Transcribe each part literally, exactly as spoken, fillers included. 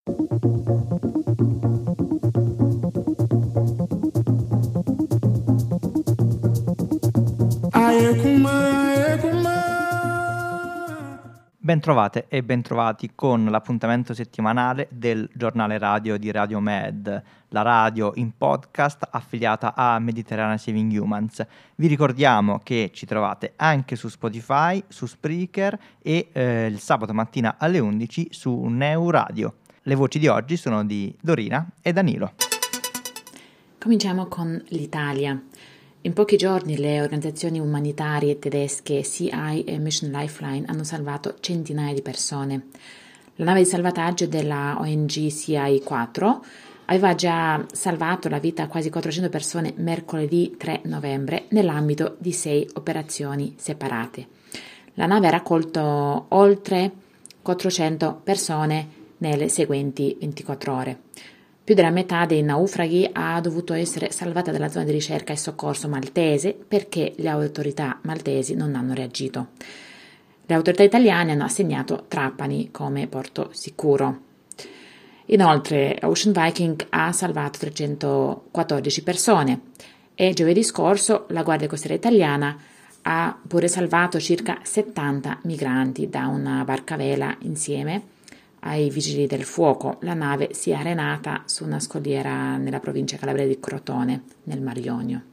Bentrovate e bentrovati con l'appuntamento settimanale del giornale radio di Radio Med, la radio in podcast affiliata a Mediterranean Saving Humans. Vi ricordiamo che ci trovate anche su Spotify, su Spreaker e eh, il sabato mattina alle undici su Neu Radio. Le voci di oggi sono di Dorina e Danilo. Cominciamo con l'Italia. In pochi giorni le organizzazioni umanitarie tedesche C I e Mission Lifeline hanno salvato centinaia di persone. La nave di salvataggio della O N G C I quattro aveva già salvato la vita a quasi quattrocento persone mercoledì tre novembre nell'ambito di sei operazioni separate. La nave ha raccolto oltre quattrocento persone nelle seguenti ventiquattro ore. Più della metà dei naufraghi ha dovuto essere salvata dalla zona di ricerca e soccorso maltese perché le autorità maltesi non hanno reagito. Le autorità italiane hanno assegnato Trapani come porto sicuro. Inoltre Ocean Viking ha salvato trecentoquattordici persone e giovedì scorso la Guardia Costiera italiana ha pure salvato circa settanta migranti da una barca a vela insieme ai vigili del fuoco. La nave si è arenata su una scogliera nella provincia calabrese di Crotone, nel Mar Ionio.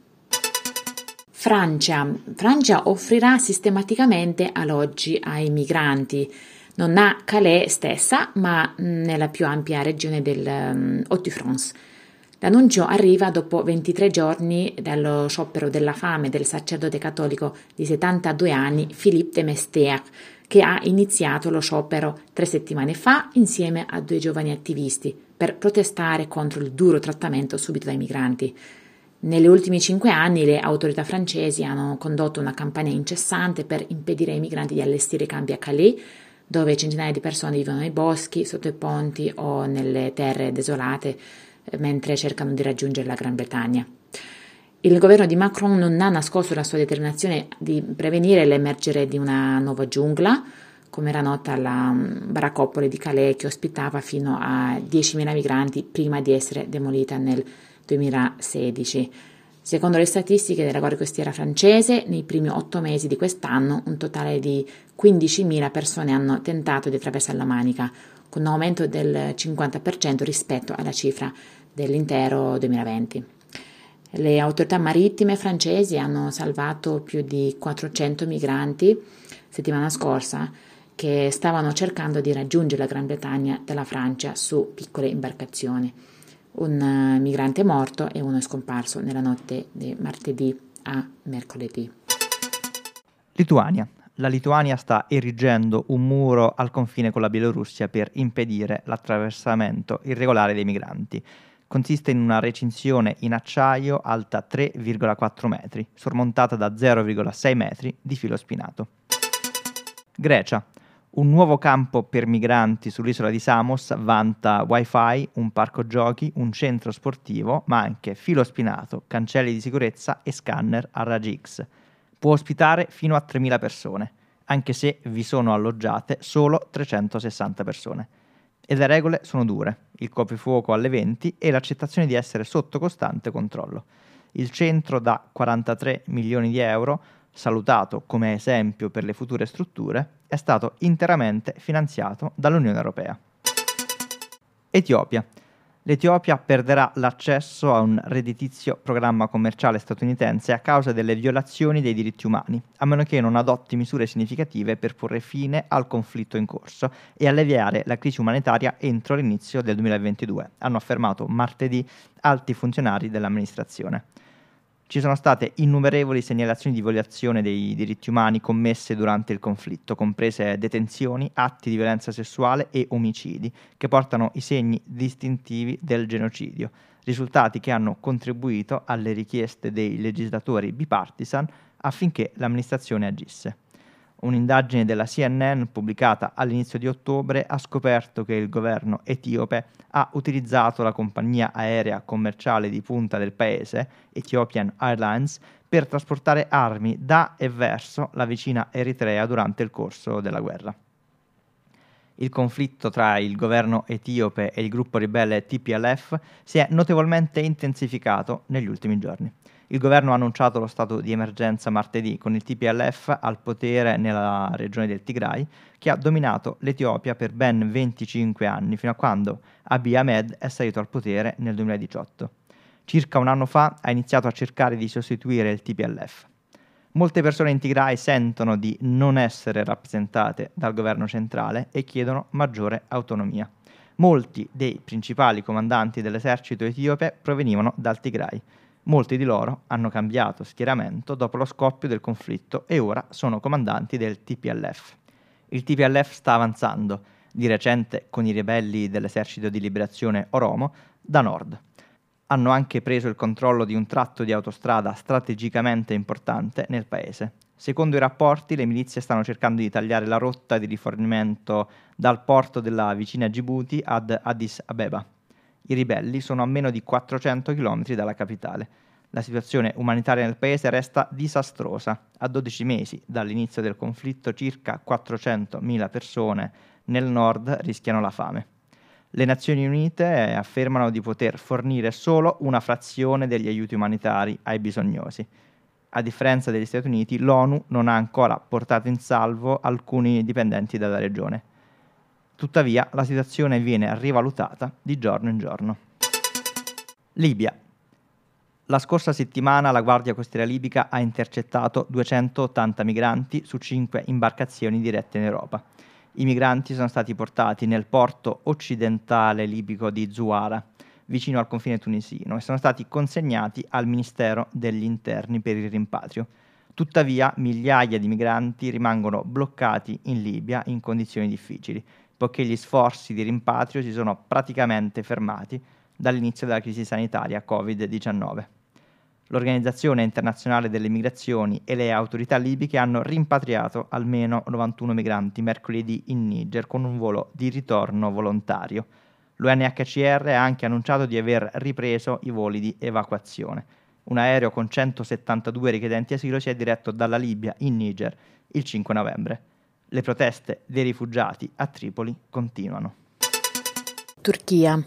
Francia. Francia offrirà sistematicamente alloggi ai migranti, non a Calais stessa, ma nella più ampia regione del um, Hauts-de-France. L'annuncio arriva dopo ventitré giorni dallo sciopero della fame del sacerdote cattolico di settantadue anni Philippe de Mestère, che ha iniziato lo sciopero tre settimane fa insieme a due giovani attivisti per protestare contro il duro trattamento subito dai migranti. Negli ultimi cinque anni le autorità francesi hanno condotto una campagna incessante per impedire ai migranti di allestire campi a Calais, dove centinaia di persone vivono nei boschi, sotto i ponti o nelle terre desolate, mentre cercano di raggiungere la Gran Bretagna. Il governo di Macron non ha nascosto la sua determinazione di prevenire l'emergere di una nuova giungla, come era nota la baraccopoli di Calais che ospitava fino a diecimila migranti prima di essere demolita nel duemilasedici. Secondo le statistiche della Guardia Costiera francese, nei primi otto mesi di quest'anno un totale di quindicimila persone hanno tentato di attraversare la Manica, con un aumento del cinquanta per cento rispetto alla cifra dell'intero duemilaventi. Le autorità marittime francesi hanno salvato più di quattrocento migranti settimana scorsa che stavano cercando di raggiungere la Gran Bretagna dalla Francia su piccole imbarcazioni. Un migrante è morto e uno è scomparso nella notte di martedì a mercoledì. Lituania. La Lituania sta erigendo un muro al confine con la Bielorussia per impedire l'attraversamento irregolare dei migranti. Consiste in una recinzione in acciaio alta tre virgola quattro metri, sormontata da zero virgola sei metri di filo spinato. Grecia. Un nuovo campo per migranti sull'isola di Samos vanta wifi, un parco giochi, un centro sportivo, ma anche filo spinato, cancelli di sicurezza e scanner a raggi X. Può ospitare fino a tremila persone, anche se vi sono alloggiate solo trecentosessanta persone. E le regole sono dure, il coprifuoco alle venti e l'accettazione di essere sotto costante controllo. Il centro da quarantatré milioni di euro, salutato come esempio per le future strutture, è stato interamente finanziato dall'Unione Europea. Etiopia. L'Etiopia perderà l'accesso a un redditizio programma commerciale statunitense a causa delle violazioni dei diritti umani, a meno che non adotti misure significative per porre fine al conflitto in corso e alleviare la crisi umanitaria entro l'inizio del duemilaventidue, hanno affermato martedì alti funzionari dell'amministrazione. Ci sono state innumerevoli segnalazioni di violazione dei diritti umani commesse durante il conflitto, comprese detenzioni, atti di violenza sessuale e omicidi, che portano i segni distintivi del genocidio, risultati che hanno contribuito alle richieste dei legislatori bipartisan affinché l'amministrazione agisse. Un'indagine della C N N pubblicata all'inizio di ottobre ha scoperto che il governo etiope ha utilizzato la compagnia aerea commerciale di punta del paese, Ethiopian Airlines, per trasportare armi da e verso la vicina Eritrea durante il corso della guerra. Il conflitto tra il governo etiope e il gruppo ribelle T P L F si è notevolmente intensificato negli ultimi giorni. Il governo ha annunciato lo stato di emergenza martedì, con il T P L F al potere nella regione del Tigray, che ha dominato l'Etiopia per ben venticinque anni, fino a quando Abiy Ahmed è salito al potere nel duemiladiciotto. Circa un anno fa ha iniziato a cercare di sostituire il T P L F. Molte persone in Tigray sentono di non essere rappresentate dal governo centrale e chiedono maggiore autonomia. Molti dei principali comandanti dell'esercito etiope provenivano dal Tigray. Molti di loro hanno cambiato schieramento dopo lo scoppio del conflitto e ora sono comandanti del T P L F. Il T P L F sta avanzando, di recente con i ribelli dell'esercito di liberazione Oromo, da nord. Hanno anche preso il controllo di un tratto di autostrada strategicamente importante nel paese. Secondo i rapporti, le milizie stanno cercando di tagliare la rotta di rifornimento dal porto della vicina Djibouti ad Addis Abeba. I ribelli sono a meno di quattrocento chilometri dalla capitale. La situazione umanitaria nel paese resta disastrosa. A dodici mesi dall'inizio del conflitto, circa quattrocentomila persone nel nord rischiano la fame. Le Nazioni Unite affermano di poter fornire solo una frazione degli aiuti umanitari ai bisognosi. A differenza degli Stati Uniti, l'ONU non ha ancora portato in salvo alcuni dipendenti dalla regione. Tuttavia, la situazione viene rivalutata di giorno in giorno. Libia. La scorsa settimana la Guardia Costiera libica ha intercettato duecentottanta migranti su cinque imbarcazioni dirette in Europa. I migranti sono stati portati nel porto occidentale libico di Zuwara, vicino al confine tunisino, e sono stati consegnati al Ministero degli Interni per il rimpatrio. Tuttavia, migliaia di migranti rimangono bloccati in Libia in condizioni difficili, poiché gli sforzi di rimpatrio si sono praticamente fermati dall'inizio della crisi sanitaria covid diciannove. L'Organizzazione Internazionale delle Migrazioni e le autorità libiche hanno rimpatriato almeno novantuno migranti mercoledì in Niger con un volo di ritorno volontario. L'U N H C R ha anche annunciato di aver ripreso i voli di evacuazione. Un aereo con centosettantadue richiedenti asilo si è diretto dalla Libia in Niger il cinque novembre. Le proteste dei rifugiati a Tripoli continuano. Turchia.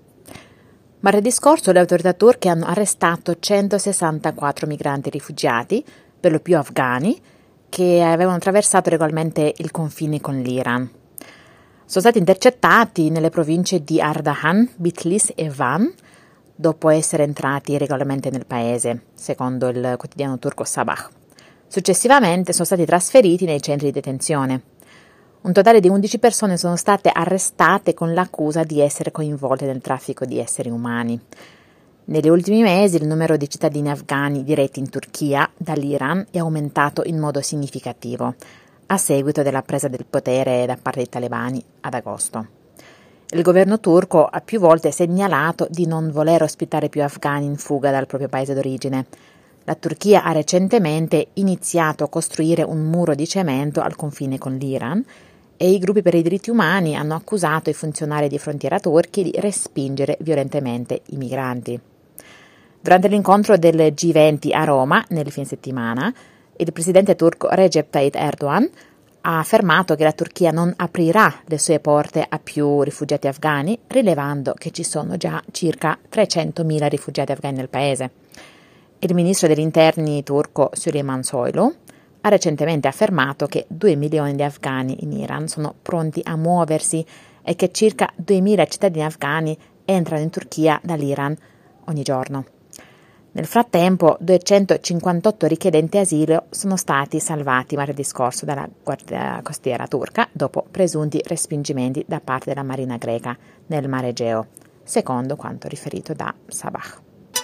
Martedì scorso le autorità turche hanno arrestato centosessantaquattro migranti rifugiati, per lo più afghani, che avevano attraversato regolarmente il confine con l'Iran. Sono stati intercettati nelle province di Ardahan, Bitlis e Van, dopo essere entrati regolarmente nel paese, secondo il quotidiano turco Sabah. Successivamente sono stati trasferiti nei centri di detenzione. Un totale di undici persone sono state arrestate con l'accusa di essere coinvolte nel traffico di esseri umani. Negli ultimi mesi il numero di cittadini afghani diretti in Turchia dall'Iran è aumentato in modo significativo, a seguito della presa del potere da parte dei talebani ad agosto. Il governo turco ha più volte segnalato di non voler ospitare più afghani in fuga dal proprio paese d'origine. La Turchia ha recentemente iniziato a costruire un muro di cemento al confine con l'Iran e i gruppi per i diritti umani hanno accusato i funzionari di frontiera turchi di respingere violentemente i migranti. Durante l'incontro del G venti a Roma nel fine settimana, il presidente turco Recep Tayyip Erdogan ha affermato che la Turchia non aprirà le sue porte a più rifugiati afghani, rilevando che ci sono già circa trecentomila rifugiati afghani nel paese. Il ministro degli interni turco Süleyman Soylu ha recentemente affermato che due milioni di afghani in Iran sono pronti a muoversi e che circa duemila cittadini afghani entrano in Turchia dall'Iran ogni giorno. Nel frattempo, duecentocinquantotto richiedenti asilo sono stati salvati martedì scorso dalla Guardia Costiera turca dopo presunti respingimenti da parte della Marina greca nel Mar Egeo, secondo quanto riferito da Sabah.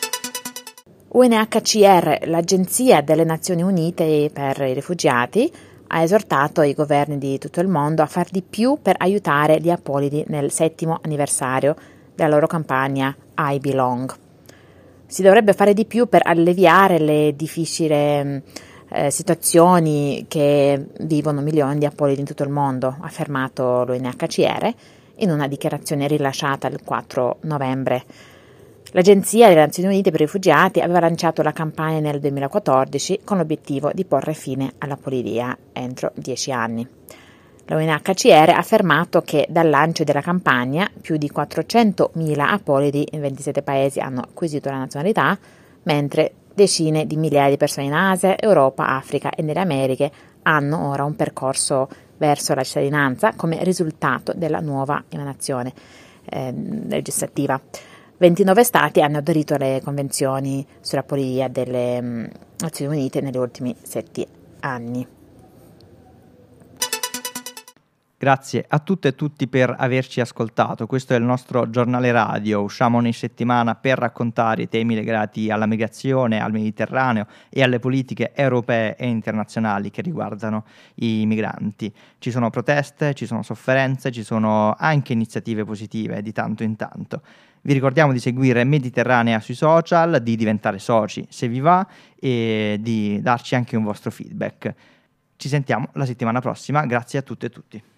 U N H C R, l'Agenzia delle Nazioni Unite per i rifugiati, ha esortato i governi di tutto il mondo a far di più per aiutare gli apolidi nel settimo anniversario della loro campagna I Belong. Si dovrebbe fare di più per alleviare le difficili eh, situazioni che vivono milioni di apolidi in tutto il mondo, ha affermato l'U N H C R in una dichiarazione rilasciata il quattro novembre. L'Agenzia delle Nazioni Unite per i Rifugiati aveva lanciato la campagna nel duemilaquattordici con l'obiettivo di porre fine all'apolidia entro dieci anni. La U N H C R ha affermato che dal lancio della campagna più di quattrocentomila apolidi in ventisette paesi hanno acquisito la nazionalità, mentre decine di migliaia di persone in Asia, Europa, Africa e nelle Americhe hanno ora un percorso verso la cittadinanza come risultato della nuova emanazione eh, legislativa. ventinove stati hanno aderito alle convenzioni sulla polidia delle mh, Nazioni Unite negli ultimi sette anni. Grazie a tutte e tutti per averci ascoltato. Questo è il nostro giornale radio. Usciamo ogni settimana per raccontare i temi legati alla migrazione, al Mediterraneo e alle politiche europee e internazionali che riguardano i migranti. Ci sono proteste, ci sono sofferenze, ci sono anche iniziative positive di tanto in tanto. Vi ricordiamo di seguire Mediterranea sui social, di diventare soci se vi va e di darci anche un vostro feedback. Ci sentiamo la settimana prossima. Grazie a tutte e tutti.